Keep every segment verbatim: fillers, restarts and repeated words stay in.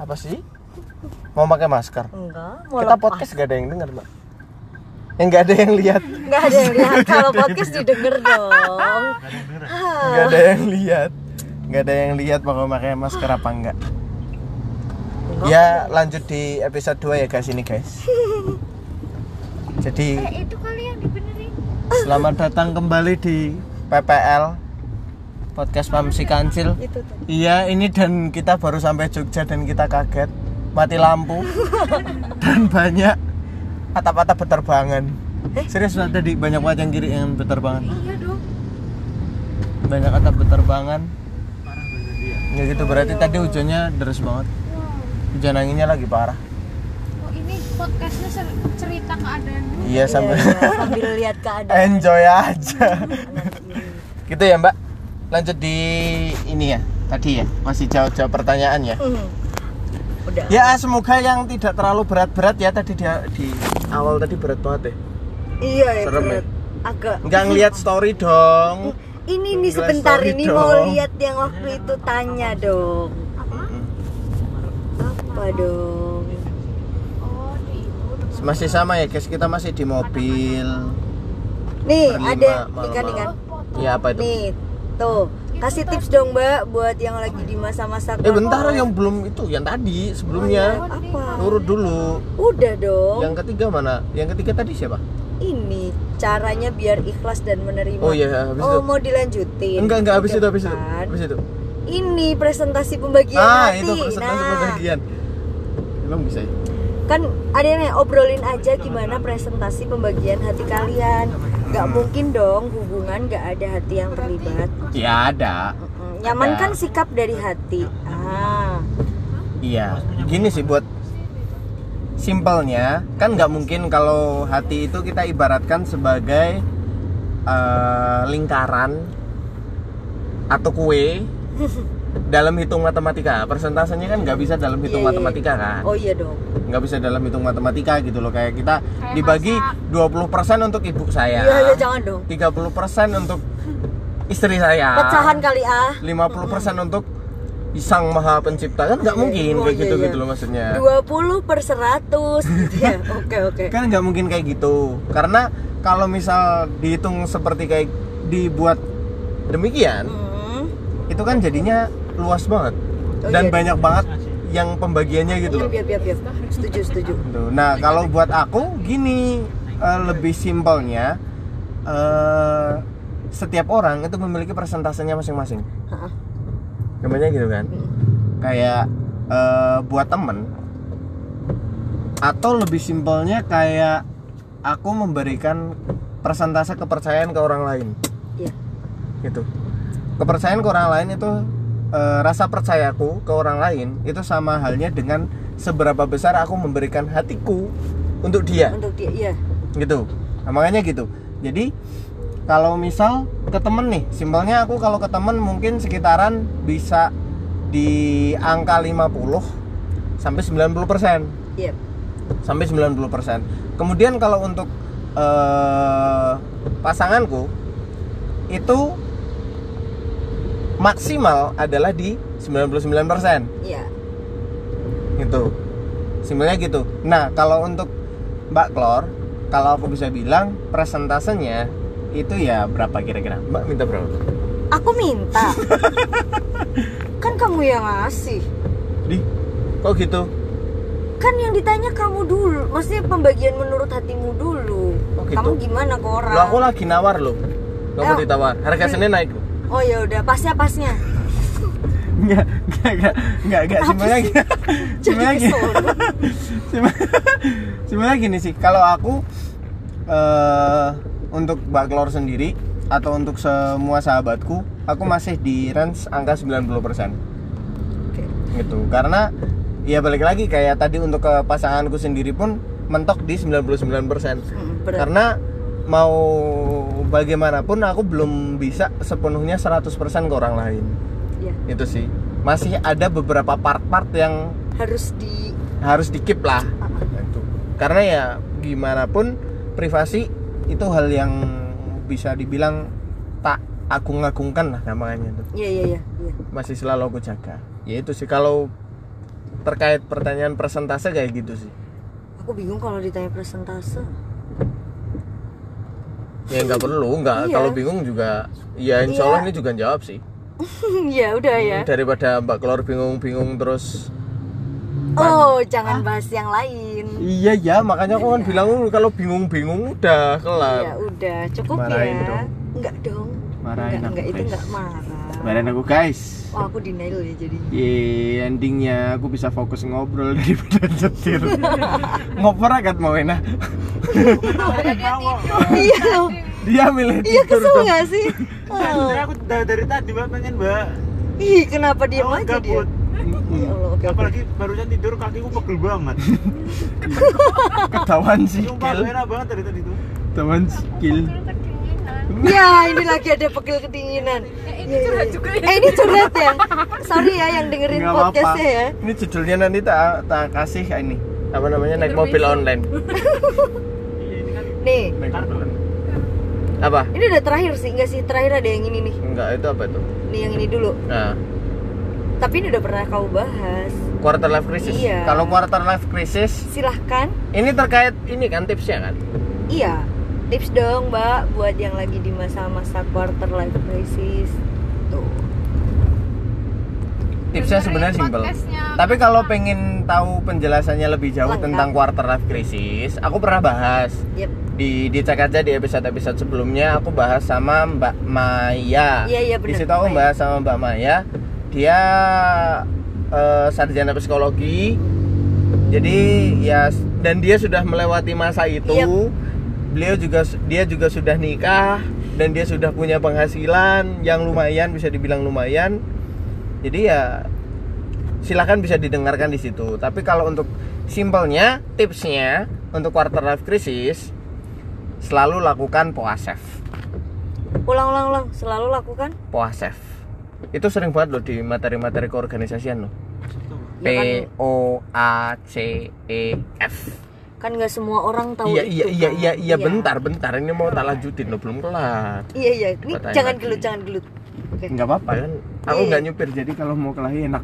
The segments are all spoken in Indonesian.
Apa sih? Mau pakai masker? Enggak, mau Kita lepas. podcast gak ada yang denger, Mbak. Eh, gak ada yang lihat. Enggak ada yang lihat. Kalau podcast didengar dong. Gak ada yang lihat. Gak ada yang lihat mau pakai masker apa enggak. Ya, lanjut di episode dua ya guys ini guys. Jadi Eh itu kali yang dibenerin. selamat datang kembali di P P L Podcast Pamsi Kancil. Itu tuh. Iya, ini dan kita baru sampai Jogja dan kita kaget mati lampu dan banyak atap-atap berterbangan. Eh? Serius banget tadi banyak banget yang kiri yang berterbangan. Iya dong. Banyak atap berterbangan. Ya gitu berarti tadi hujannya deras banget. Hujan anginnya lagi parah. Oh ini podcastnya ser- cerita keadaan dulu. Iya sambil Iya, iya, sambil lihat keadaan. enjoy aja. Anak ini. Gitu ya Mbak. Lanjut di ini ya. Tadi ya masih jawab-jawab pertanyaan ya. Hmm. Udah. Ya semoga yang tidak terlalu berat-berat ya tadi dia di awal tadi berat banget deh. Iya ya. Serem ya? berat. Agak. Enggak ngelihat story dong. Ini nih Ngeliat sebentar story ini dong. mau lihat yang waktu itu tanya dong. Apa dong? Oh di itu. Masih sama ya guys, kita masih di mobil. Nih Berlima, ada malam-malam. ikan ikan. Ya apa itu? Nih tuh kasih tips dong Mbak buat yang lagi di masa-masa. Eh bentar yang belum itu, yang tadi sebelumnya. Apa? Turut dulu. Udah dong. Yang ketiga mana? Yang ketiga tadi siapa? Ini caranya biar ikhlas dan menerima. Oh iya, habis Oh itu. mau dilanjutin? Enggak enggak habis Udah itu habis itu. bukan? Habis itu. Ini presentasi pembagian Ah, hati. itu presentasi Nah, pembagian. Emang bisa ya? kan ada yang nanya, obrolin aja gimana presentasi pembagian hati kalian. Gak mungkin dong hubungan gak ada hati yang terlibat. Ya ada. Mm-mm. Nyaman Ada. kan sikap dari hati. Ah, Iya. Gini sih buat simpelnya kan nggak mungkin kalau hati itu kita ibaratkan sebagai eh, lingkaran atau kue dalam hitung matematika. Persentasenya kan nggak bisa dalam hitung Iya, iya, iya. matematika kan. oh iya dong. Nggak bisa dalam hitung matematika gitu loh. Kayak kita dibagi dua puluh persen untuk ibu saya, Iya iya jangan dong. tiga puluh persen untuk istri saya, Pecahan kali ah. lima puluh persen untuk Sang Maha Pencipta. Kan nggak Iya, mungkin oh, kayak iya, gitu iya. gitu loh maksudnya. dua puluh per seratus gitu ya. Oke oke. Kan nggak mungkin kayak gitu. Karena kalau misal dihitung seperti kayak dibuat demikian, Hmm. itu kan jadinya luas banget Oh, dan iya. banyak banget yang pembagiannya gitu loh. Biar biar biar. Setuju setuju. Tuh. Nah kalau buat aku gini, eh, lebih simpelnya eh, setiap orang itu memiliki persentasenya masing-masing. Ha-ha. Namanya gitu kan. Kayak eh, buat temen, atau lebih simpelnya kayak aku memberikan persentase kepercayaan ke orang lain. Iya. Gitu. Kepercayaan ke orang lain itu eh, rasa percayaku ke orang lain itu sama halnya dengan seberapa besar aku memberikan hatiku untuk dia. Untuk dia iya. Gitu. Nah, makanya gitu. Jadi kalau misal ke temen nih, simpelnya aku kalau ke temen mungkin sekitaran bisa di angka lima puluh sampai sembilan puluh persen. Iya. Sampai sembilan puluh persen. Kemudian kalau untuk eh, pasanganku itu maksimal adalah di sembilan puluh sembilan persen. Iya. Gitu. Simpelnya gitu. Nah, kalau untuk Mbak Klor, kalau aku bisa bilang presentasenya itu ya berapa kira-kira? Mbak minta berapa? Aku minta. Kan kamu yang ngasih. Di kok gitu? Kan yang ditanya kamu dulu. Maksudnya pembagian menurut hatimu dulu. Oh, gitu. Kamu gimana ke orang? Loh, aku lagi nawar loh. Kamu Eh, ditawar. Harga Senin naik loh. Oh ya udah, pasnya pasnya. Enggak, enggak, enggak, enggak, enggak. Simpelnya gini. Simpelnya Jadi gini. kesel. Simpel- Simpelnya gini sih. Kalau aku eh untuk Mbak Klor sendiri atau untuk semua sahabatku, aku masih di range angka sembilan puluh persen. Oke. Gitu. Karena ya balik lagi kayak tadi untuk ke pasanganku sendiri pun mentok di sembilan puluh sembilan persen. Hmm, berat. Karena mau bagaimanapun aku belum bisa sepenuhnya seratus persen ke orang lain. Iya. Itu sih. Masih ada beberapa part-part yang Harus di harus di-keep lah. Itu. Karena ya gimana pun privasi itu hal yang bisa dibilang tak agung-agungkan lah namanya tuh. Iya iya iya, iya. Masih selalu aku jaga. Ya itu sih kalau terkait pertanyaan persentase kayak gitu sih. Aku bingung kalau ditanya persentase. Ya nggak perlu, nggak. Iya. Kalau bingung juga, ya insya Allah Iya. ini juga jawab sih. Ya udah ya. Daripada Mbak Klor bingung-bingung terus. Oh, jangan bahas yang lain. Iya ya, makanya aku kan bilang kalau bingung-bingung udah kelar. Ya udah, cukup Marahin ya. dong. Enggak dong. Marahin enggak, aku, enggak itu guys. enggak marah. Marahin aku guys. Oh, aku denial ya jadi. Ye, endingnya aku bisa fokus ngobrol daripada nyetir. Ngoper agak mau enak. Iya loh. Dia milih Iya tidur kesel dong. nggak sih? Oh. Aku dari, dari tadi mbak pengen mbak. Ih, kenapa diam Aku aja dia? gabut. Ya Allah, oke oke. Apalagi barusan tidur kakiku pegel banget. Ketahuan Sumpah sikil. enak banget dari tadi tuh. Ketahuan sikil. Ya, ini lagi ada pegel kedinginan. Ya, curhat juga ya. Eh, ini curhat ya. Sorry ya yang dengerin Nggak apa-apa. podcastnya ya. Ini judulnya nanti tak tak kasih ini. Apa namanya? Naik mobil online. Iya ini kan Nih, Naik mobil online. Apa? ini udah terakhir sih, enggak sih? Terakhir ada yang ini nih. Enggak, itu apa itu? Nih yang ini dulu. Nah, Tapi ini udah pernah kau bahas. quarter life crisis. Iya. Kalau quarter life crisis, Silahkan. ini terkait ini kan tipsnya kan? Iya. Tips dong, Mbak, buat yang lagi di masa-masa quarter life crisis. Tuh. Tipsnya Dengerin sebenarnya simpel. podcastnya. Tapi kalau pengen tahu penjelasannya lebih jauh Lengkap. tentang quarter life crisis, aku pernah bahas. Yep. Di dicek aja di episode-episode sebelumnya aku bahas sama Mbak Maya. Iya, iya, benar. Di situ aku Maya. bahas sama Mbak Maya. Dia eh, sarjana psikologi. Jadi ya dan dia sudah melewati masa itu. Yep. Beliau juga dia juga sudah nikah dan dia sudah punya penghasilan yang lumayan, bisa dibilang lumayan. Jadi ya silakan bisa didengarkan di situ. Tapi kalau untuk simpelnya, tipsnya untuk quarter life crisis selalu lakukan poasef. Ulang-ulang ulang, selalu lakukan. Poasef. Itu sering banget loh di materi-materi keorganisasian loh. P Ya kan, O A C E F. kan nggak semua orang tahu Iya itu. iya iya kan? iya iya bentar bentar ini mau tak lanjutin loh, belum kelar. Iya iya, ini Pertanyaan jangan lagi. gelut, jangan gelut. Oke. Enggak apa-apa kan. Aku Iya. enggak nyupir jadi kalau mau kelahi enak.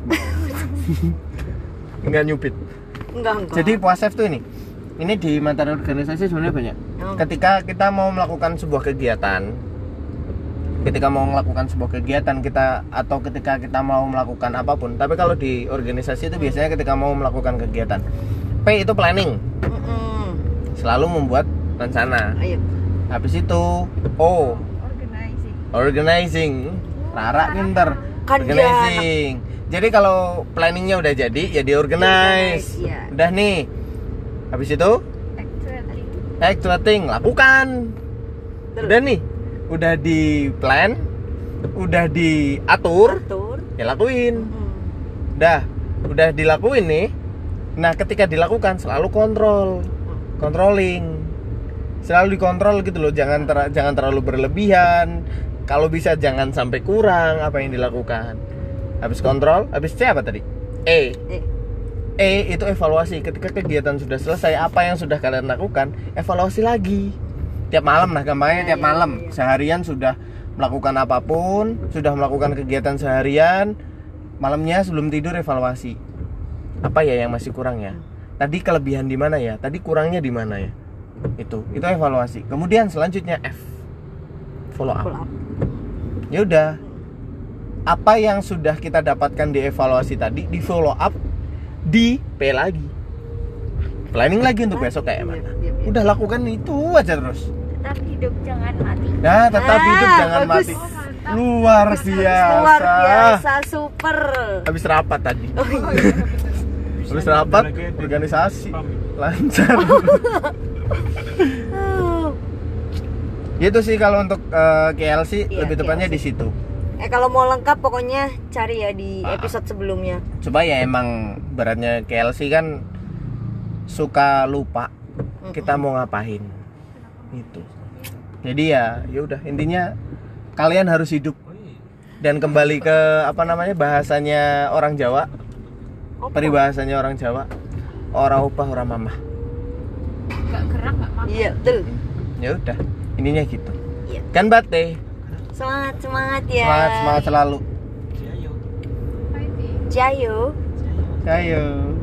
Enggak nyupit. Enggak enggak. Jadi poasef tuh ini. Ini di materi organisasi sebenarnya banyak. Oh. Ketika kita mau melakukan sebuah kegiatan, ketika mau melakukan sebuah kegiatan kita atau ketika kita mau melakukan apapun. Tapi kalau di organisasi itu biasanya ketika mau melakukan kegiatan. P itu planning. Mm-mm. Selalu membuat rencana. Ayo. Habis itu O Organizing. organizing. Rara pinter. Kan dia Organizing. Jadi kalau planningnya udah jadi, ya diorganize. Diorganize, iya. Udah nih. Habis itu Actually. actuating, lakukan. Betul. Udah nih, udah di plan, udah diatur, Atur. ya lakuin. Mm. Udah, udah dilakuin nih. Nah, ketika dilakukan selalu kontrol, controlling. Selalu dikontrol gitu loh, jangan ter- jangan terlalu berlebihan. Kalau bisa jangan sampai kurang apa yang dilakukan. Habis kontrol, habis C apa tadi? E. Eh, E itu evaluasi. Ketika kegiatan sudah selesai, apa yang sudah kalian lakukan, evaluasi lagi. Tiap malam nah, gampangnya Ya, tiap ya, malam. ya, ya. Seharian sudah melakukan apapun, sudah melakukan kegiatan seharian, malamnya sebelum tidur evaluasi. Apa ya yang masih kurang ya? Tadi kelebihan di mana ya? Tadi kurangnya di mana ya? Itu, itu evaluasi. Kemudian selanjutnya F. Follow up. follow up. Ya udah. Apa yang sudah kita dapatkan di evaluasi tadi di follow up di P lagi. Planning lagi untuk besok kayak mana. Iya, iya, iya. Udah lakukan itu aja terus. Tetap hidup jangan mati. Nah, tetap Ah, hidup jangan bagus. mati. Luar biasa. Luar biasa, super. Habis rapat tadi. Oh iya. Habis rapat organisasi lancar. Oh. Itu sih kalau untuk eh, K L C Iya, lebih tepatnya K L C. di situ. Eh kalau mau lengkap pokoknya cari ya di Ah. episode sebelumnya. Coba ya emang beratnya K L C kan suka lupa kita mau ngapain. Itu. Jadi ya ya udah intinya kalian harus hidup dan kembali ke apa namanya bahasanya orang Jawa. Apa? Peribahasanya orang Jawa. Ora upah ora mamah. Gak gerak gak makan. Iya, betul. Ya udah, intinya gitu. Iya. Kan Bate. Semangat, semangat ya. Semangat semangat selalu. Ayo. Fighting. Jayo. Ayo.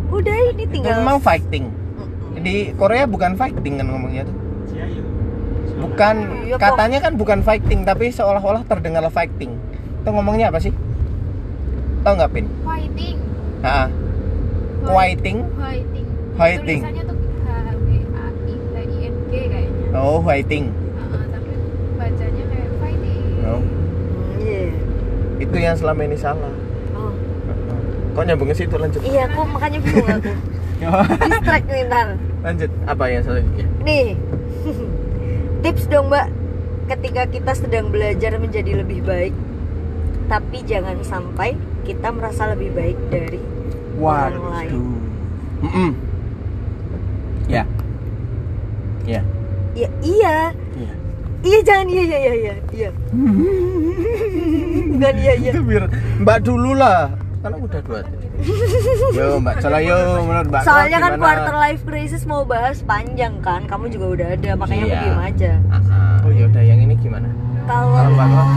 Udah ini tinggal. Memang fighting. Di Korea bukan fighting kan ngomongnya tuh. Bukan, Iya, katanya kan bukan fighting, tapi seolah-olah terdengar fighting. Itu ngomongnya apa sih? Tahu nggak, Pin? Fighting. Ha. Fighting. Fighting. Fighting. Tulisannya tuh H W A I T I N G kayaknya. Oh, fighting. Heeh, tapi bacanya kayak fighting. Oh, Hmm, iya. itu yang selama ini salah. Oh. Kok nyambung ke situ, lanjut. Iya, aku makanya bingung aku. Distract nih ntar. Lanjut, apa yang selanjutnya? Nih. Tips dong, Mbak. Ketika kita sedang belajar menjadi lebih baik, tapi jangan sampai kita merasa lebih baik dari orang lain. Mm-mm. Ya. Ya. Ya, iya. Iya. Iya, jangan iya iya iya iya. Iya. Bukan iya iya. Itu biar Mbak dulu lah. Karena udah dua. Yo Mbak, salah yo menurut Mbak. Soalnya kan gimana? quarter life crisis mau bahas panjang kan. Kamu juga udah ada, makanya Iya. aku diem aja. Ah, oh ya udah, yang ini gimana? Kalau Kalau Mbak Kok?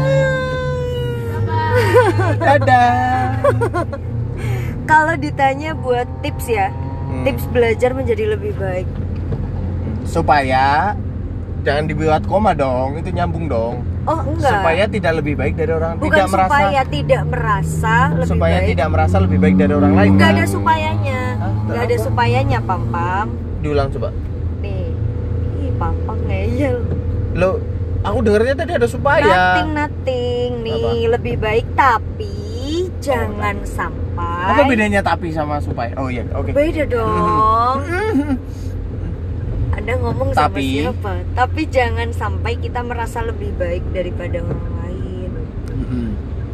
Dadah. kalau ditanya buat tips ya, Hmm. tips belajar menjadi lebih baik. Supaya jangan dibuat koma dong, itu nyambung dong. Oh enggak. Supaya tidak lebih baik dari orang, Bukan tidak merasa supaya tidak merasa lebih supaya baik. tidak merasa lebih baik dari orang lain. Enggak kan? ada supayanya. Hah, Enggak ada kenapa? supayanya, Pam-pam. Diulang coba. Nih. Ih, Pam-pam ngeyel. Lo, aku dengarnya tadi ada supaya. Nothing nothing nih, lebih baik tapi jangan sampai. Apa bedanya tapi sama supaya? Oh iya, oke. Beda dong. Anda ngomong sama Tapi- siapa? Tapi jangan sampai kita merasa lebih baik daripada orang lain. Mm-mm.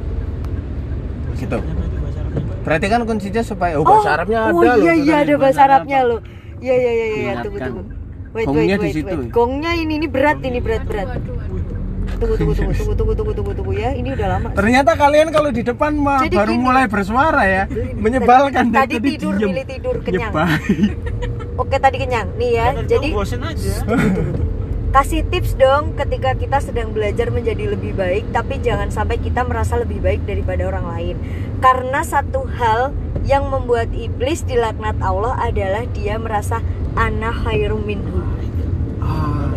Gitu. Berarti kan kuncinya supaya oh, bahasa Arabnya ada oh loh. iya tuh iya tadi, ada bahasa Arabnya loh. Iya iya iya iya, Diingatkan. tunggu tunggu. Wait Gongnya wait di wait situ. wait. Gongnya ini ini berat ini berat berat. Waduh, waduh. Tunggu tunggu tunggu tunggu tunggu tunggu tunggu tunggu ya. Ini udah lama. Ternyata kalian kalau di depan mah Jadi baru gini. mulai bersuara ya, menyebalkan. Tadi, Dan tadi tidur diem. pilih tidur kenyang. Nyebai. Oke tadi kenyang nih ya. Jadi bosen aja. kasih tips dong ketika kita sedang belajar menjadi lebih baik, tapi jangan sampai kita merasa lebih baik daripada orang lain. Karena satu hal yang membuat iblis dilaknat Allah adalah dia merasa ana khairum minhu. Ah,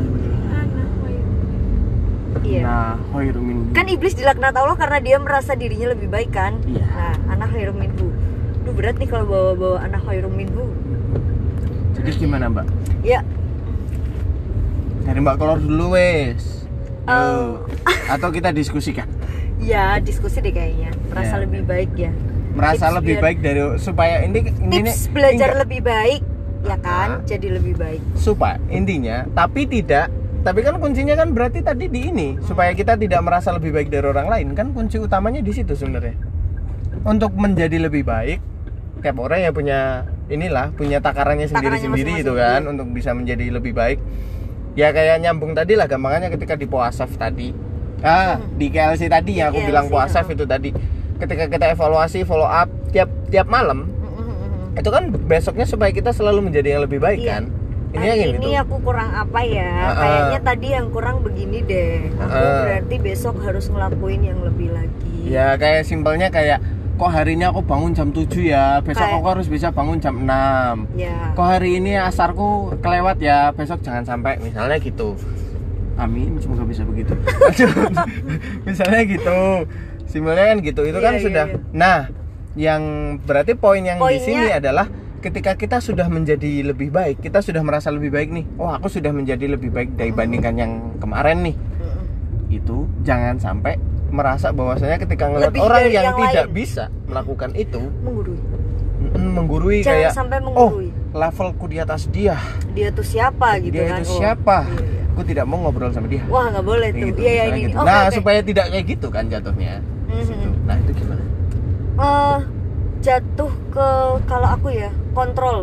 Iya. nah, khairum minhu. Kan iblis dilaknat Allah karena dia merasa dirinya lebih baik kan? Iya. Nah, ana khairum minhu. Duh berat nih kalau bawa-bawa ana khairum minhu. Jadi gimana Mbak? Ya, Dari Mbak Kolor dulu wes. Oh. Atau kita diskusikan. ya diskusi deh kayaknya. Merasa Ya, lebih oke. baik ya. Merasa Tips lebih biar- baik dari supaya ini ini Tips belajar enggak. lebih baik, ya kan? Ah. Jadi lebih baik. Supaya intinya, tapi tidak. Tapi kan kuncinya kan berarti tadi di ini supaya kita tidak merasa lebih baik dari orang lain, kan kunci utamanya di situ sebenarnya. Untuk menjadi lebih baik, tiap orang ya punya inilah punya takarannya sendiri-sendiri masing-masing, itu kan untuk bisa menjadi lebih baik. Ya kayak nyambung tadi lah gampangannya ketika di Poasaf tadi. Ah, di K L C tadi yang aku Di bilang K L C, Poasaf uh-uh. itu tadi. Ketika kita evaluasi, follow up tiap tiap malam, itu kan besoknya supaya kita selalu menjadi yang lebih baik Iya. kan. Ini Hari yang ini gitu. aku kurang apa ya? Uh-uh. Kayaknya tadi yang kurang begini deh. Aku Uh-uh. berarti besok harus ngelakuin yang lebih lagi. Ya kayak simpelnya kayak kok hari ini aku bangun jam tujuh ya, besok Kayak- aku harus bisa bangun jam enam. Ya. Kok hari ini asarku kelewat ya, besok jangan sampai misalnya gitu. Amin, semoga bisa begitu. Misalnya gitu. Simpelnya kan gitu. Itu Iya, kan iya, sudah. iya. Nah, yang berarti poin yang di Poinnya- sini adalah ketika kita sudah menjadi lebih baik, kita sudah merasa lebih baik nih. Oh, aku sudah menjadi lebih baik dibandingkan yang kemarin nih. Mm-mm. Itu jangan sampai merasa bahwasanya ketika ngeliat Lebih orang dari yang, yang tidak lain. bisa melakukan itu Menggurui. mm, menggurui Jangan kayak sampai oh menggurui. levelku di atas dia, Dia tuh siapa gitu dia kan? itu Oh, siapa, iya, iya. aku tidak mau ngobrol sama dia. Wah nggak boleh tuh. Kayak gitu, Iya ya misalnya ini. gitu. Oke, Nah oke. supaya tidak kayak gitu kan jatuhnya. Mhm. Situ. Nah itu gimana? Eh, jatuh ke kalau aku ya kontrol.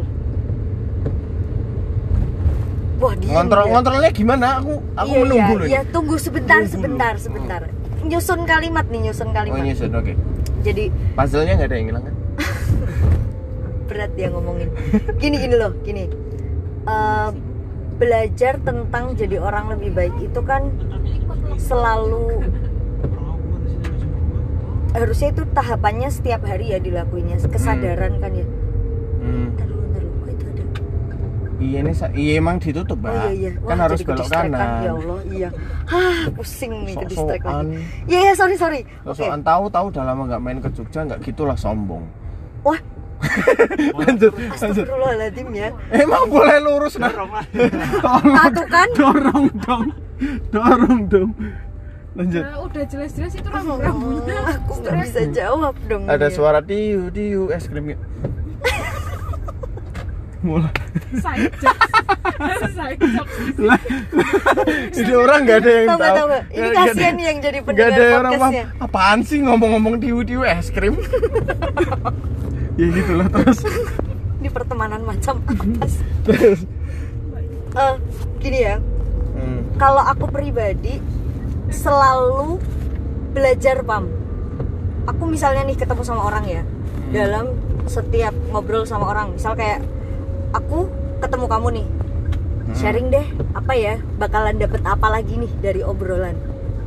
Wah dia. Ngontrol ngontrolnya gimana? Aku aku iya, menunggu iya, loh. iya, tunggu sebentar, Tunggu sebentar, dulu. sebentar. Nyusun kalimat nih, nyusun Oh kalimat. nyusun, oke. Jadi Puzzle-nya nggak ada yang hilang kan? berat dia ngomongin. Gini gini loh, gini. Eh, belajar tentang jadi orang lebih baik itu kan selalu harusnya itu tahapannya setiap hari ya dilakuinnya, kesadaran kan ya. Hmm. Ntar dulu, ntar dulu. Oh, itu ada. Iya ini sa- iya emang ditutup, Mbak. Oh iya iya. Kan Wah, harus jadi belok ke-distract kan. kanan. Ya Allah, iya. Hah, pusing nih ke distract Sok-sokan. lagi. Iya, iya, sorry, sorry. Oke. Sok-sokan tahu-tahu udah lama nggak main ke Jogja, nggak gitulah sombong. Wah, Lanjut, lanjut. astagfirullahaladzim ya. Emang boleh lurus nah. Dorong lah. Ah, tuh kan. Dorong dong. Dorong dong. Lanjut. Nah, udah jelas-jelas itu rambu-rambunya. Aku nggak bisa jawab dong. Ada dia. suara tiu tiu es krim yuk. Mulai. Side jokes. Side jokes. Lah, ini orang nggak ada yang Tahu nggak, tahu. tahu nggak? Ini Nggak ada- kasihan nih yang jadi nggak pendengar ada orang paham. podcastnya. Apaan sih ngomong-ngomong tiu tiu es krim? Ya gitulah terus. Di pertemanan macam apa sih? Terus. Eh, gini ya. Hmm. Kalau aku pribadi selalu belajar pam. Aku misalnya nih ketemu sama orang ya, Hmm. dalam setiap ngobrol sama orang, misal kayak aku ketemu kamu nih, Hmm. sharing deh apa ya, bakalan dapet apa lagi nih dari obrolan.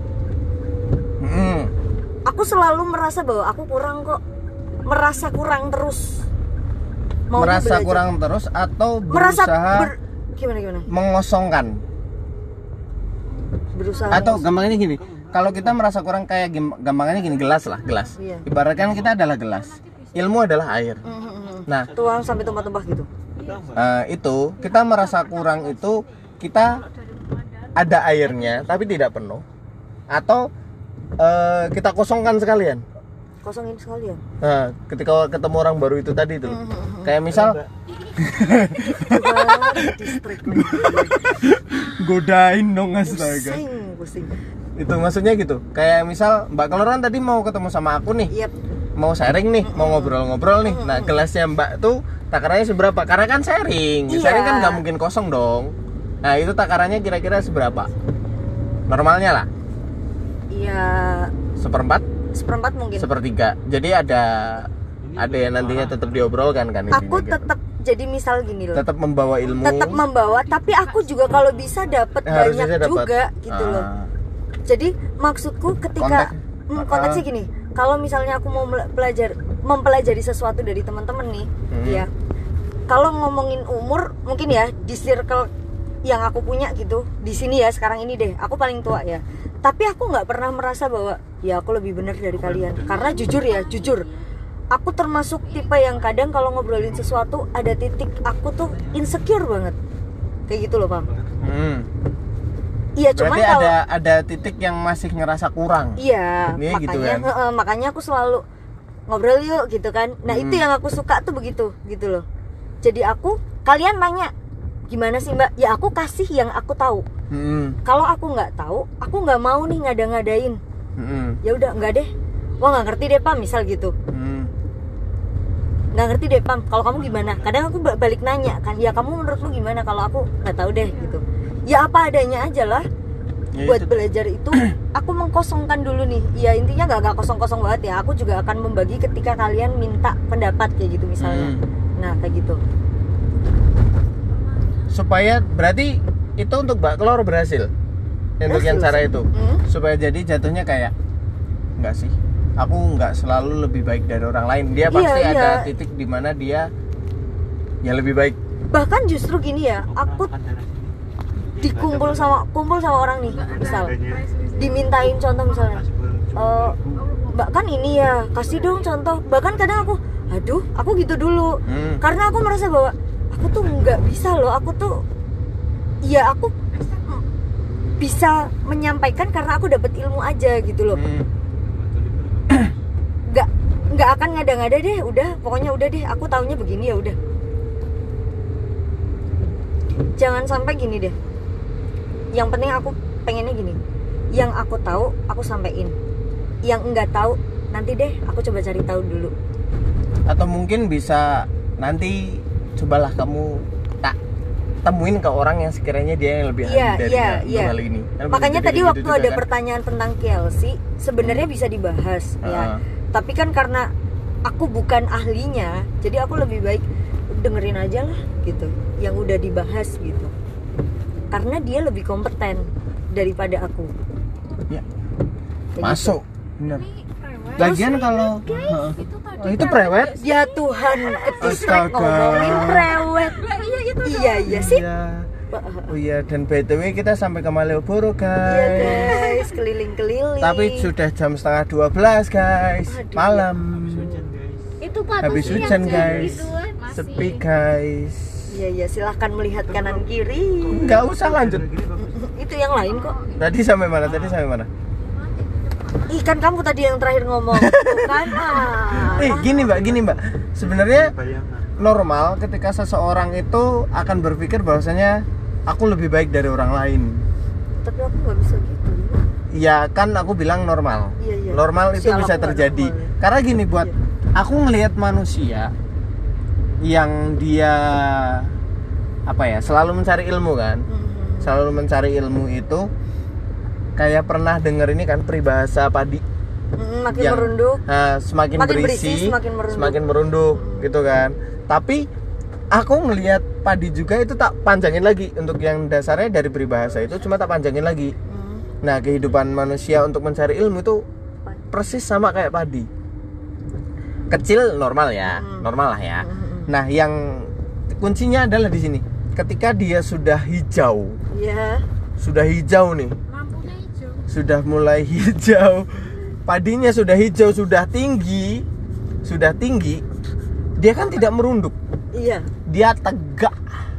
Hmm. Aku selalu merasa bahwa aku kurang kok, merasa kurang terus. Maunya Merasa belajar. kurang terus atau merasa berusaha ber- gimana gimana? mengosongkan? Berusaha Atau mengos- gampangnya gini, kalau kita merasa kurang kayak gim- gampangnya gini, gelas lah, gelas. Iya. Ibaratkan kita adalah gelas, ilmu adalah air. Mhm, mhm. Nah, Tuang sampai tumpah-tumpah gitu. eh, itu kita merasa kurang itu kita ada airnya tapi tidak penuh, atau eh, kita kosongkan sekalian. Kosongin sekalian. Nah, ketika ketemu orang baru itu tadi tuh, Mhm. kayak misal Coba distract lagi. godain dong astaga. Pusing, pusing. Itu maksudnya gitu. Kayak misal Mbak Keloran tadi mau ketemu sama aku nih, Yap. mau sharing nih, mau ngobrol-ngobrol nih. Nah, gelasnya Mbak tuh takarannya seberapa? Karena kan sharing. Iya. Sharing kan nggak mungkin kosong dong. Nah, itu takarannya kira-kira seberapa? Normalnya lah, Iya, seperempat, seperempat mungkin. sepertiga. Jadi ada ada yang nantinya tetap diobrolkan kan intinya Aku gitu. tetap jadi misal gini loh. Tetap membawa ilmu. Tetap membawa, tapi aku juga kalau bisa dapat Harusnya banyak dapat. juga gitu loh. Ah. Jadi maksudku ketika Konteks- hmm, konteksnya gini, kalau misalnya aku mau mela- belajar mempelajari sesuatu dari teman-teman nih, Hmm. ya. Kalau ngomongin umur, mungkin ya di circle yang aku punya gitu, di sini ya sekarang ini deh, aku paling tua ya. Tapi aku nggak pernah merasa bahwa ya aku lebih benar dari kalian. Karena jujur ya, jujur. Aku termasuk tipe yang kadang kalau ngobrolin sesuatu ada titik aku tuh insecure banget. Kayak gitu loh, Pam. Hmm. Iya, cuman Berarti kalau ada ada titik yang masih ngerasa kurang. iya, Ini makanya gitu kan? heeh, makanya aku selalu ngobrol yuk gitu kan. Nah, Hmm. itu yang aku suka tuh begitu, gitu loh. Jadi aku kalian nanya gimana sih, Mbak? Ya aku kasih yang aku tahu. Hmm. Kalau aku nggak tahu, aku nggak mau nih ngada-ngadain. Hmm. Ya udah, nggak deh. Wah, nggak ngerti deh, Pam, misal gitu. Hmm. Nggak ngerti deh, Pam, kalau kamu gimana? Kadang aku ba- balik nanya kan, ya kamu menurut lu gimana? Kalau aku nggak tahu deh gitu. Ya apa adanya aja lah. Ya Buat itu. belajar itu aku mengkosongkan dulu nih. Ya intinya nggak nggak kosong-kosong banget ya. Aku juga akan membagi ketika kalian minta pendapat kayak gitu misalnya. Hmm. Nah, kayak gitu. Supaya berarti itu untuk Mbak Kelor berhasil. Untuk yang Berhasil cara sih. itu. Hmm. Supaya jadi jatuhnya kayak enggak sih. Aku nggak selalu lebih baik dari orang lain. Dia Iya, pasti iya. ada titik di mana dia ya lebih baik. Bahkan justru gini ya, aku dikumpul sama kumpul sama orang nih, misal dimintain contoh misalnya. Eh, Mbak kan ini ya, kasih dong contoh. Bahkan kadang aku, aduh, aku gitu dulu. Hmm. Karena aku merasa bahwa aku tuh nggak bisa loh, aku tuh ya aku bisa menyampaikan karena aku dapat ilmu aja gitu loh. Hmm. Nggak nggak akan ngada-ngada deh, udah pokoknya udah deh, aku taunya begini ya udah. Jangan sampai gini deh. Yang penting aku pengennya gini. Yang aku tahu aku sampein. Yang enggak tahu nanti deh aku coba cari tahu dulu. Atau mungkin bisa nanti cobalah kamu tak temuin ke orang yang sekiranya dia yang lebih ahli Iya, dari iya, untuk iya. hal ini. Kan Makanya bisa tadi jadi waktu gitu juga ada kan. pertanyaan tentang K L C sebenarnya bisa dibahas ya. Ah. Tapi kan karena aku bukan ahlinya, jadi aku lebih baik dengerin aja lah gitu. Yang udah dibahas gitu. Karena dia lebih kompeten daripada aku. Ya. Kayak Masuk. Benar. Ini rewel. Lagian kalau Guys, itu tadi Oh, itu prewed? Ya Tuhan, ketisrek Astaga. ngomongin prewed. Iya itu. Iya iya sih. Iya. Oh iya, dan B T W kita sampai ke Malioboro, Iya guys. guys, keliling-keliling. Tapi sudah jam setengah dua belas, guys. Aduh, Malam. Hujan guys. Itu Pak Habis Tusi hujan, yang guys. gituan masih. Sepi, guys. Iya iya, silahkan melihat kanan kiri. Enggak usah lanjut. Gini bagus. Itu yang lain kok. Tadi sampai mana? Tadi sampai mana? Ih kan kamu tadi yang terakhir ngomong, tuh kan? Ah. Eh, gini, Mbak, gini, Mbak. Sebenarnya Bayangan. normal ketika seseorang itu akan berpikir bahwasanya aku lebih baik dari orang lain. Tapi aku nggak bisa gitu. Ya kan aku bilang normal. Iya, iya. Normal itu Sial, bisa aku nggak terjadi. normal ya. Karena gini, buat aku ngelihat manusia yang dia apa ya, selalu mencari ilmu kan. Mhm. Selalu mencari ilmu itu kayak pernah denger ini kan peribahasa padi. Mm, makin Yang- merunduk. Nah, semakin, Makin berisi, berisi, semakin merunduk. semakin merunduk, gitu kan. Tapi aku ngelihat padi juga itu tak panjangin lagi. Untuk yang dasarnya dari peribahasa itu cuma tak panjangin lagi. Mm. Nah, kehidupan manusia untuk mencari ilmu itu persis sama kayak padi. Kecil normal ya, Hmm. normal lah ya. Hmm. Nah, yang kuncinya adalah di sini. Ketika dia sudah hijau, Iya. sudah hijau nih, Lampunya hijau. sudah mulai hijau, padinya sudah hijau, sudah tinggi, sudah tinggi, dia kan tidak merunduk, Iya. dia tegak,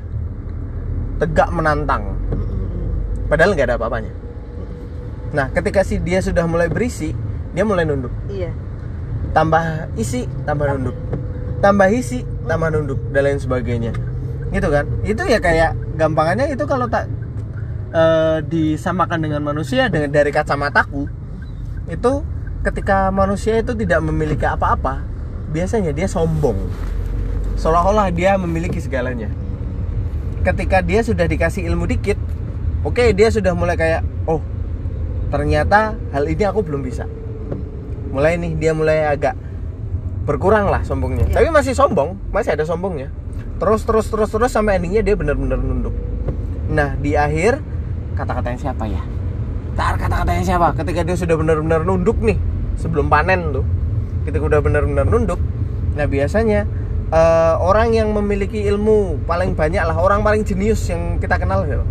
tegak menantang. Mm-mm. Padahal nggak ada apa-apanya. Nah, ketika si dia sudah mulai berisi, dia mulai nunduk. Iya. Tambah isi, tambah nunduk. Tambah isi, tambah nunduk, dan lain sebagainya. Gitu kan? Itu ya kayak gampangannya itu kalau tak eh, disamakan dengan manusia dengan dari kacamataku, itu ketika manusia itu tidak memiliki apa-apa, biasanya dia sombong. Seolah-olah dia memiliki segalanya. Ketika dia sudah dikasih ilmu dikit, oke, dia sudah mulai kayak, oh, ternyata hal ini aku belum bisa. Mulai nih dia mulai agak berkurang lah sombongnya. Ya. Tapi masih sombong, masih ada sombongnya. Terus terus terus terus sampai endingnya dia benar-benar nunduk. Nah, di akhir kata-katanya siapa ya? Tar kata-katanya siapa? Ketika dia sudah benar-benar nunduk nih, sebelum panen tuh. Ketika udah benar-benar nunduk. Nah, biasanya eh, orang yang memiliki ilmu paling banyak lah, orang paling jenius yang kita kenal siapa?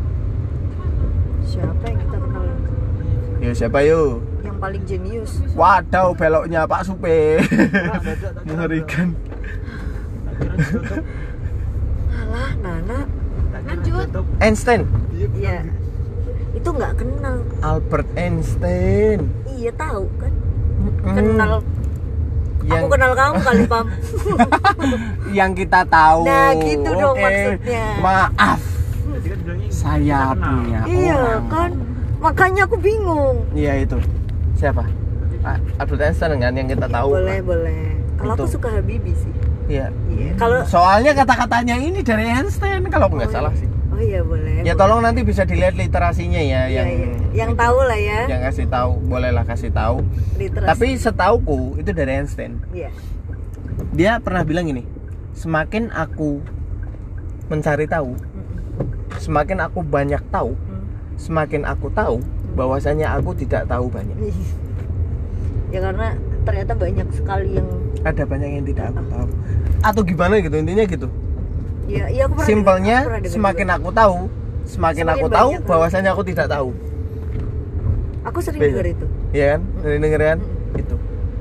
Siapa yang kita kenal? Ya siapa yo? Yang paling jenius. Wadaw, beloknya Pak Supe. Nah, dadak, tak kira Mengerikan. Tak kira ditutup. Alah, Nana. Tak kira Lanjut. ditutup. Einstein. Iya. Itu nggak kenal. Albert Einstein. Iya tahu kan. Mm-mm. Kenal. Yang, Aku kenal kamu kali, Pam. yang kita tahu. Nah, gitu dong Oke. maksudnya. Maaf, Jadi kan bilangnya saya kita kenal. punya Iya orang. kan. Makanya aku bingung. Iya itu. Siapa? Ah, Albert Einstein kan yang kita tahu. Boleh, boleh. Kalau aku Itu. suka Habibie sih. Iya. Iya. Kalau Soalnya kata-katanya ini dari Einstein kalau nggak Oh, salah iya. sih. Oh iya boleh. Ya boleh. tolong nanti bisa dilihat literasinya ya, Iya, yang iya. Yang tahu lah ya. yang kasih tahu, bolehlah kasih tahu. Literasi. Tapi setauku itu dari Einstein. Iya. Dia pernah bilang gini, semakin aku mencari tahu, Mm-mm. semakin aku banyak tahu, Mm. semakin aku tahu bahwasanya aku tidak tahu banyak. Ya karena ternyata banyak sekali yang Ada banyak yang tidak aku tahu. Atau gimana gitu, intinya gitu. ya, iya aku pernah Simpelnya, dengar- aku pernah dengar semakin juga. aku tahu, semakin, Semakin aku tahu banyak bahwasanya aku tidak tahu. aku sering Beda. dengar itu. Iya kan? Dari denger kan? Itu.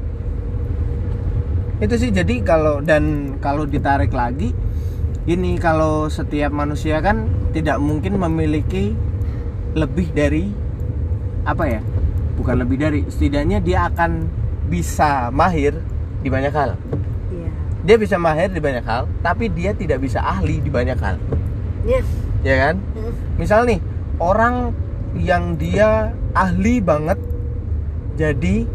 Itu sih, jadi kalau dan kalau ditarik lagi, ini kalau setiap manusia kan tidak mungkin memiliki lebih dari apa ya? Bukan lebih dari, setidaknya dia akan bisa mahir di banyak hal. Iya. Dia bisa mahir di banyak hal, tapi dia tidak bisa ahli di banyak hal. Iya. Ya kan? Mm. Misal nih, orang yang dia ahli banget jadi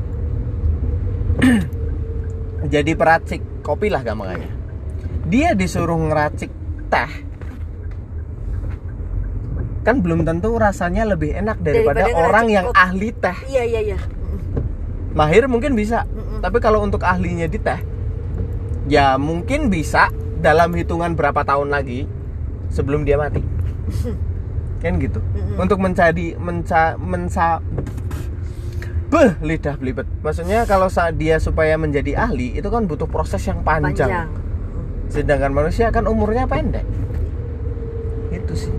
jadi peracik kopi lah gampangannya. Dia disuruh ngeracik teh, kan belum tentu rasanya lebih enak daripada, Daripada orang ngeracik yang kopi. ahli teh. Iya iya iya. Mm. Mahir mungkin bisa, Mm-mm. tapi kalau untuk ahlinya di teh, ya mungkin bisa dalam hitungan berapa tahun lagi sebelum dia mati. Kan gitu. Mm-mm. Untuk mencari menca, menca beh lidah belibet. Maksudnya kalau saat dia supaya menjadi ahli itu kan butuh proses yang panjang. Panjang. Sedangkan manusia kan umurnya pendek. Itu sih.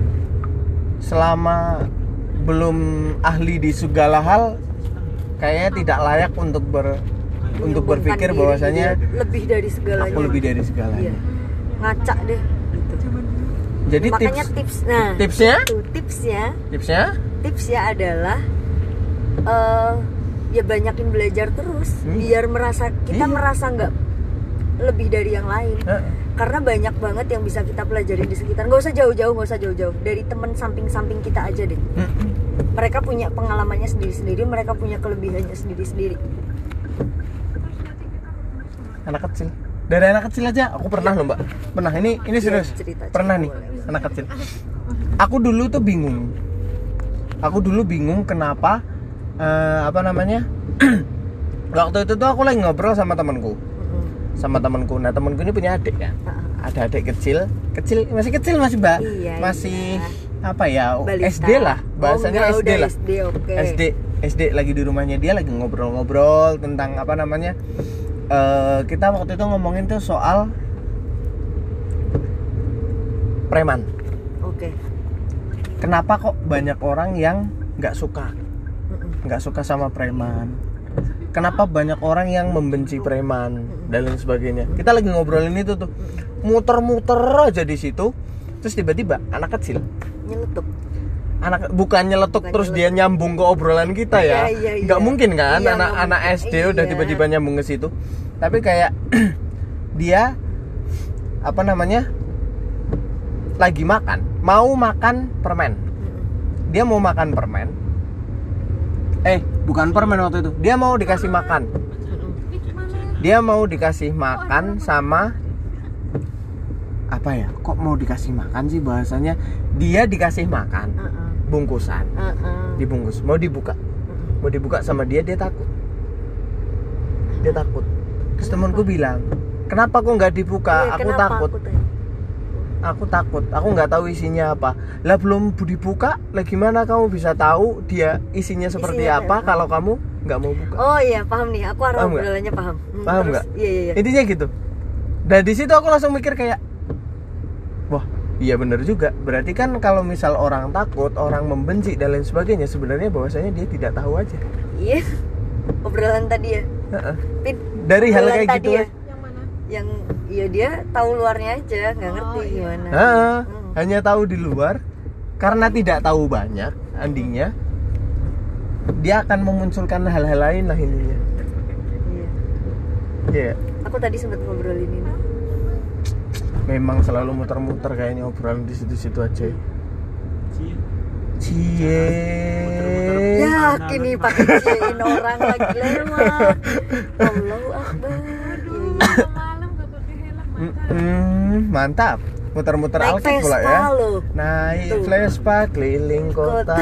Selama belum ahli di segala hal, kayaknya tidak layak untuk ber untuk Menyombongkan berpikir diri bahwasanya dia lebih dari segalanya. aku lebih dari segalanya. Iya. Ngaca deh gitu. Jadi Makanya tips tips nah tipsnya tuh, tipsnya tipsnya tipsnya adalah eh ya banyakin belajar terus Hmm. biar merasa kita Iya. merasa nggak lebih dari yang lain. Heeh. Karena banyak banget yang bisa kita pelajari di sekitar. Nggak usah jauh-jauh, nggak usah jauh-jauh. Dari teman samping-samping kita aja deh. Mm-mm. Mereka punya pengalamannya sendiri-sendiri, mereka punya kelebihannya sendiri-sendiri. Anak kecil. Dari anak kecil aja aku pernah loh, Mbak. Pernah ini ini serius. cerita, cerita Pernah nih boleh. anak kecil. Aku dulu tuh bingung. Aku dulu bingung kenapa eh, apa namanya? Waktu itu tuh aku lagi ngobrol sama temanku. Mm-mm. Sama temanku. Nah, temanku ini punya adik ya. Ah, Ada adik kecil, kecil masih kecil masih, Mbak. Iya, masih iya. apa ya? Balita. S D lah. Bahasanya oh, enggak, S D udah lah. S D, oke. S D S D lagi di rumahnya dia lagi ngobrol-ngobrol tentang apa namanya? Eh, kita waktu itu ngomongin tuh soal preman. Oke. Kenapa kok banyak orang yang nggak suka, Mm-mm. nggak suka sama preman? Kenapa banyak orang yang membenci preman dan lain sebagainya? Kita lagi ngobrolin itu tuh, muter-muter aja di situ, terus tiba-tiba anak kecil, Nyeletuk. anak bukan nyeletuk Bukan terus nyeletuk. dia nyambung ke obrolan kita ya, Iya, iya, nggak iya. mungkin kan Iya, anak-anak nggak S D mungkin. udah Iya. tiba-tiba nyambung ke situ, tapi kayak dia apa namanya lagi makan, mau makan permen. Mm-mm. Dia mau makan permen. Eh, bukan permen waktu itu. Dia mau dikasih makan. Mm-mm. Dia mau dikasih makan sama apa ya? Kok mau dikasih makan sih bahasanya? Dia dikasih makan Uh-uh. bungkusan, Uh-uh. dibungkus, mau dibuka. Mm-mm. Mau dibuka sama dia, dia takut. Dia takut. Terus temanku bilang, "Kenapa kok nggak dibuka? Iya, Aku kenapa takut." aku tanya? Aku takut, aku nggak tahu isinya apa. Lah belum dibuka, lah gimana kamu bisa tahu dia isinya seperti Isinya apa kayak kalau kamu nggak mau buka? Oh iya, paham nih. Aku arah Paham nggak? obrolannya paham. Hmm, Paham terus, nggak? Iya, iya, iya. Intinya gitu. Dan di situ aku langsung mikir kayak, wah, iya bener juga. Berarti kan kalau misal orang takut, orang membenci dan lain sebagainya, sebenarnya bahwasanya dia tidak tahu aja. Iya. Obrolan tadi ya. Heeh. Pin, Dari hal obrolan kayak tadi gitu ya. ya. Yang mana? Yang iya dia tahu luarnya aja, nggak Oh, ngerti iya. gimana. Heeh. Hmm. Hanya tahu di luar, karena tidak tahu banyak, endingnya dia akan memunculkan hal-hal lain lah ininya. Iya. Iya. Aku tadi sempat ngobrolin ini. Memang selalu muter-muter kayaknya obrolan di situ-situ aja. Cie. Cie. Ya, kini pakai ciein orang lagi lewat. Allahu Akbar. Aduh, Iya, iya. malam gak pakai helm mantap. Mm, mantap. Muter-muter Naik alkit pula Vespa ya. loh. Naik Tuh. Vespa keliling kota.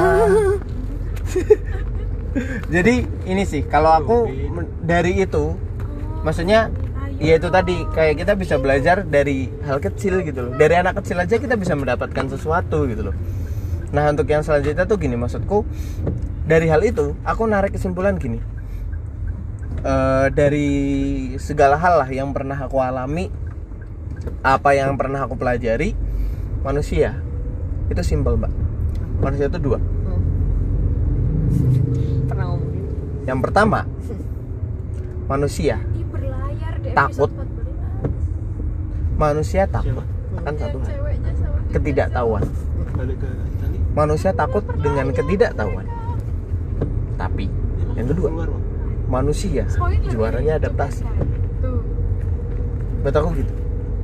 Jadi ini sih kalau aku men- dari itu, maksudnya ya itu tadi kayak kita bisa belajar dari hal kecil gitu loh. Dari anak kecil aja kita bisa mendapatkan sesuatu gitu loh. Nah untuk yang selanjutnya tuh gini, maksudku dari hal itu aku narik kesimpulan gini. Eh, dari segala hal lah yang pernah aku alami, apa yang pernah aku pelajari, manusia itu simpel mbak. Manusia itu dua. Hmm. Pernah ngomongin. Yang pertama, manusia Ih, berlayar deh Takut. episode empat belas. manusia takut akan satu Yang hal, ceweknya sama dia. ketidaktahuan. Balik ke Itali. Manusia takut dengan ketidaktahuan. Tapi yang kedua, Keluar, Bang. manusia Spoiler juaranya nih, adaptasi. coba cari. Tuh. Buat aku gitu.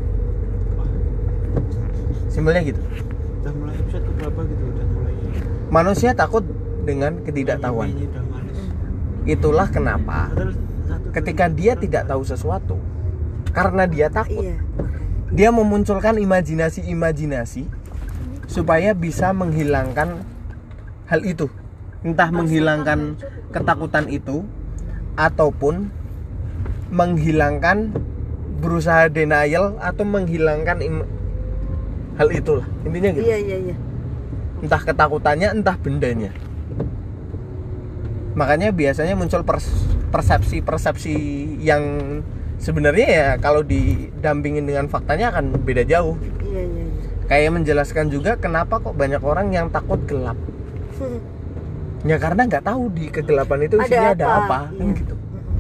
Simpelnya gitu. Udah mulai episode ke berapa gitu, udah mulai Manusia takut dengan ketidaktahuan. Ini udah males. Itulah kenapa Padahal satu ketika kali dia orang tidak tahu. tahu sesuatu, karena dia takut, Iya. dia memunculkan imajinasi-imajinasi supaya bisa menghilangkan hal itu. Entah menghilangkan ketakutan itu ataupun menghilangkan berusaha denial atau menghilangkan im- hal itulah. Intinya gitu. Iya, iya, iya. Entah ketakutannya, entah bendanya. Makanya biasanya muncul pers- persepsi-persepsi yang sebenarnya ya kalau didampingin dengan faktanya akan beda jauh. Iya iya iya. Kayak menjelaskan juga kenapa kok banyak orang yang takut gelap. Ya karena nggak tahu di kegelapan itu isinya ada apa, apa kan Iya. gitu.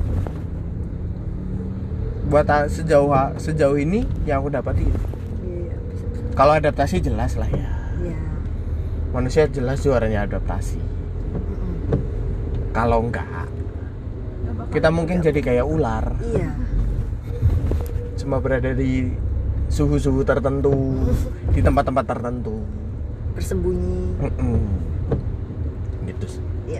Buat ah, sejauh sejauh ini yang aku dapati Iya iya. Bisa, bisa. kalau adaptasi jelas lah ya. Iya. Manusia jelas juaranya adaptasi. Mm-mm. Kalau enggak, kita mungkin jadi kayak ular, Iya. cuma berada di suhu-suhu tertentu, di tempat-tempat tertentu. Bersembunyi. Mm-mm. Gitu sih. Iya.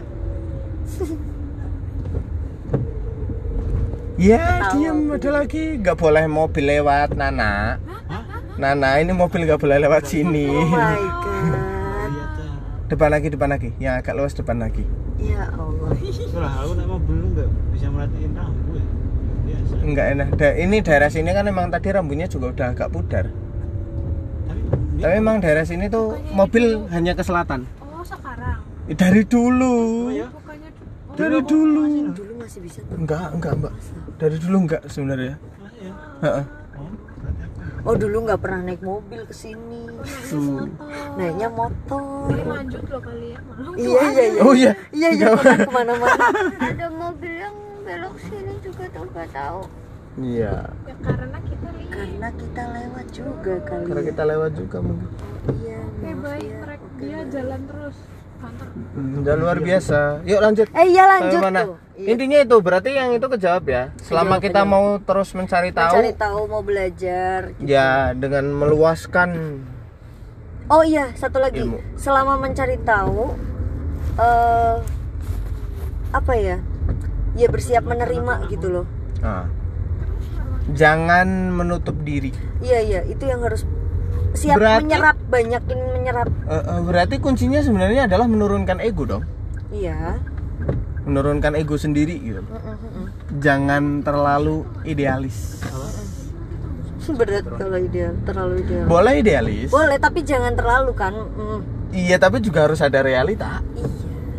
Ya, Tahu diam aku. ada lagi. Nggak boleh mobil lewat, Nana. Nana, ini mobil nggak boleh lewat sini. Oh my god. Lihat ya. Depan lagi, depan lagi. Yang agak luas depan lagi. Ya Allah. Itulah aku nak mobil lu nggak bisa merhatiin rambu ya. Biasa. Enggak enak. Da- ini daerah sini kan emang tadi rambutnya juga udah agak pudar. Tapi, Tapi emang daerah sini tuh mobil hanya ke selatan. Oh sekarang. Eh, Dari dulu. Oh ya? Bukannya oh, Dari dulu. Dulu masih bisa tuh. Enggak, enggak, Mbak. Dari dulu enggak sebenarnya. Ah, ya. Heeh. Oh, berarti aku. Oh dulu nggak pernah naik mobil ke sini. Tuh. Naiknya motor. ini lanjut loh kali ya. Malah Iya iya iya. Oh iya. Iya iya pernah kemana-mana. ada mobil yang belok sini juga tuh nggak tahu. Iya. Ya karena kita lihat. Karena kita lewat juga kali. Karena kita lewat juga mungkin. Iya. Kayak maaf baik ya. mereka Oke. dia jalan terus. Kantor. Udah luar biasa. Yuk lanjut. Eh iya lanjut Sampai mana? tuh. Iya. Intinya itu berarti yang itu kejawab ya. Selama Kejawab, kita kejawab. mau terus mencari tahu, Mencari tahu mau belajar. Gitu. ya dengan meluaskan Oh iya satu lagi. Ilmu. Selama mencari tahu, eh apa ya? Ya bersiap menerima gitu loh. nah, jangan menutup diri. Iya iya itu yang harus siap Berarti- menyerap, banyakin menyerap. Eh, eh, berarti kuncinya sebenarnya adalah menurunkan ego dong. Iya. Menurunkan ego sendiri gitu. Mm-mm-mm. Jangan terlalu idealis. Berat kalau ideal, terlalu ideal. Boleh idealis. Boleh tapi jangan terlalu kan. Mm. Iya, tapi juga harus ada realita. Iya.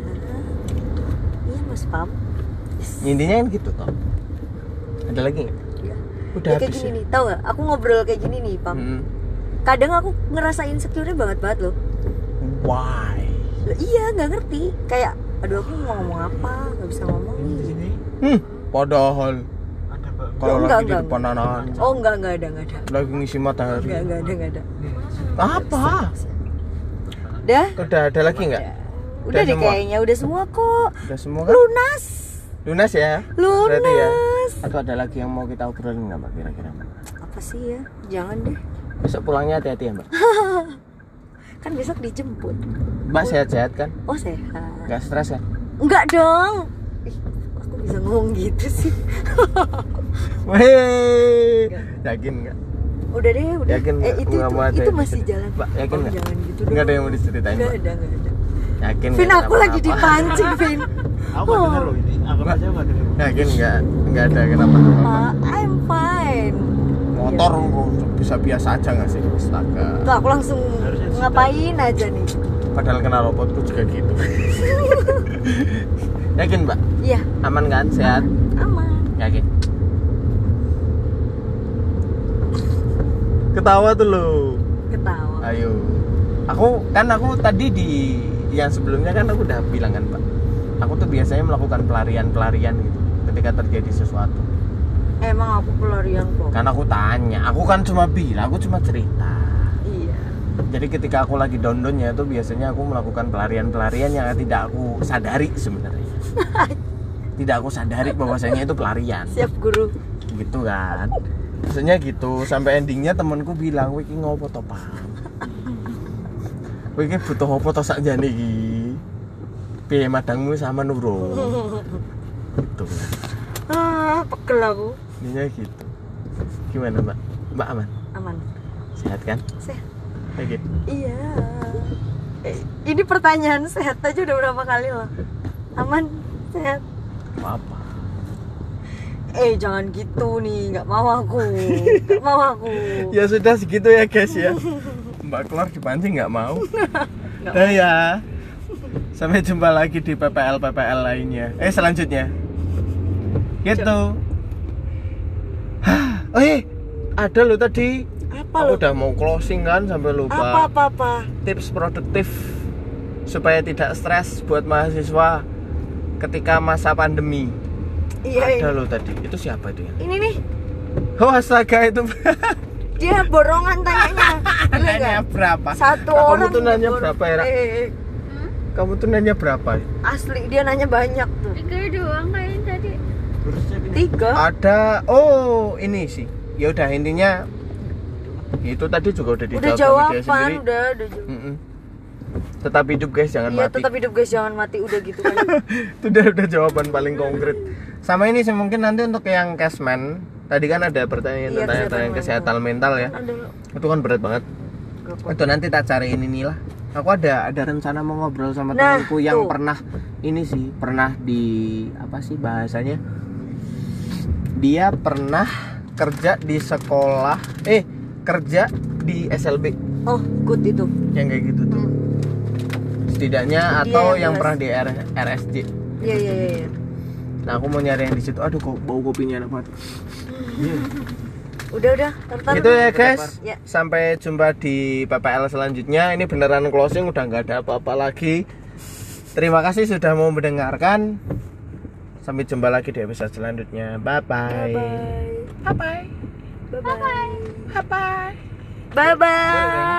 Iya Mas Pam. Intinya kan gitu toh. Ada lagi nggak? Iya. Udah Ya, kayak habis gini ya? nih, tau gak? Aku ngobrol kayak gini nih Pam. Hmm. Kadang aku ngerasa insecure banget banget loh. Why? Lah, iya nggak ngerti. Kayak aduh aku mau ngomong apa, nggak bisa ngomong Ini di nih. sini Hmm, padahal ada Pak. kalau Enggak, lagi di enggak, depan enggak. anak Oh enggak enggak ada enggak ada. lagi ngisi matahari. Enggak enggak ada enggak ada. Apa? Udah? Udah ada lagi nggak? Udah deh semua? kayaknya udah semua kok. Udah semua kan? Lunas. Lunas ya? Lunas. Berarti ya. Atau ada lagi yang mau kita obrolin nggak Mbak kira-kira Mbak? Apa sih ya? Jangan deh. Besok pulangnya hati-hati ya Mbak. Kan besok dijemput. Mbak sehat-sehat kan? Oh sehat. Nggak stres kan? Enggak dong. Ih, aku bisa ngomong gitu sih. Weh, yakin nggak? Udah deh, udah. Yakin eh nggak? itu Nggak itu, mau ada itu yang masih diceritain? jalan. Mbak, yakin Oh, nggak? jangan gitu Nggak ada dong. yang mau diceritain Enggak Mbak? ada, enggak ada. Yakin Vin, nggak aku lagi kenapa-napa? dipancing, Vin. Aku nggak dengar loh ini. Anggap aja nggak dengar. Yakin nggak? Nggak ada kenapa-napa. Ah, I'm fine. Motor kok bisa biasa aja nggak sih? Astaga. Tuh aku langsung Harusnya di ngapain aja nih. Padahal kena robotku juga gitu. Yakin Mbak? Iya, Aman kan? Sehat? aman. Yakin? Ketawa tuh lo. Ketawa. Ayo. Aku kan aku tadi di yang sebelumnya kan aku udah bilang kan Pak. Aku tuh biasanya melakukan pelarian-pelarian gitu ketika terjadi sesuatu. Emang aku pelarian kok. Kan aku tanya, aku kan cuma bilang, aku cuma cerita. Iya. Jadi ketika aku lagi down-downnya itu biasanya aku melakukan pelarian-pelarian yang tidak aku sadari sebenarnya. Tidak aku sadari bahwasanya itu pelarian. Siap guru. Gitu kan. Maksudnya gitu, sampai endingnya temanku bilang, "Wiki ngopo to, Pak? Wiki butuh apa to sakjane iki? Piye madangmu sama nurung?" Gitu kan. Ah, pegel aku. Intinya gitu. Gimana, Mbak? Mbak aman? Aman. Sehat kan? Sehat. Yakin? Iya. Eh, ini pertanyaan sehat aja udah berapa kali loh. Aman, sehat. Apa? Eh, jangan gitu nih, nggak mau aku. Nggak mau aku. Ya sudah segitu ya guys ya. Mbak keluar dipancing nggak mau. Dah ya. Sampai jumpa lagi di P P L P P L lainnya. Eh selanjutnya. Gitu. Hah, oh eh ada lo tadi. Apa Aku lo? udah mau closing kan sampai lupa. Apa apa apa? Tips produktif supaya tidak stres buat mahasiswa ketika masa pandemi. Iya. Ada Ini. lo tadi. Itu siapa itu ya? Ini nih. Oh astaga itu. Dia borongan tanyanya. Bener Nanya nggak? berapa? Satu Nah, orang kamu tuh nanya bor- berapa ya? Ra? Eh, eh, eh. Kamu tuh nanya berapa? Asli dia nanya banyak tuh. Tiga doang kayaknya tadi. Terusnya pindah. Tiga. Ada, oh ini sih. Ya udah intinya itu tadi juga udah dijawab Udah sama dia jawaban, sendiri. udah udah jawab. Mm-mm. Tetap hidup guys, jangan Iya mati. tetap hidup guys, jangan mati, udah gitu kan. Itu udah udah jawaban paling konkret. Sama ini sih mungkin nanti untuk yang cashman. Tadi kan ada pertanyaan Iya, tentang kesehatan kesehatan mental ya. Ada Itu kan berat banget. gak kuat. Itu nanti tak cariin inilah. Aku ada ada rencana mau ngobrol sama Nah, temanku yang tuh. pernah ini sih, pernah di apa sih bahasanya? Dia pernah kerja di sekolah, eh kerja di S L B Oh, good itu. yang kayak gitu tuh. Hmm. Setidaknya Dia atau yang yang bahas. pernah di R S J. Iya iya iya. iya. Nah, aku mau nyari yang di situ. Aduh, kok bau kopinya enak banget. Udah udah. Tar-tar. Itu ya guys. Ya. Sampai jumpa di P P L selanjutnya. Ini beneran closing, udah nggak ada apa-apa lagi. Terima kasih sudah mau mendengarkan. Sampai jumpa lagi di episode selanjutnya. Bye bye. Bye bye. Bye bye. Bye bye. Bye bye. Bye bye.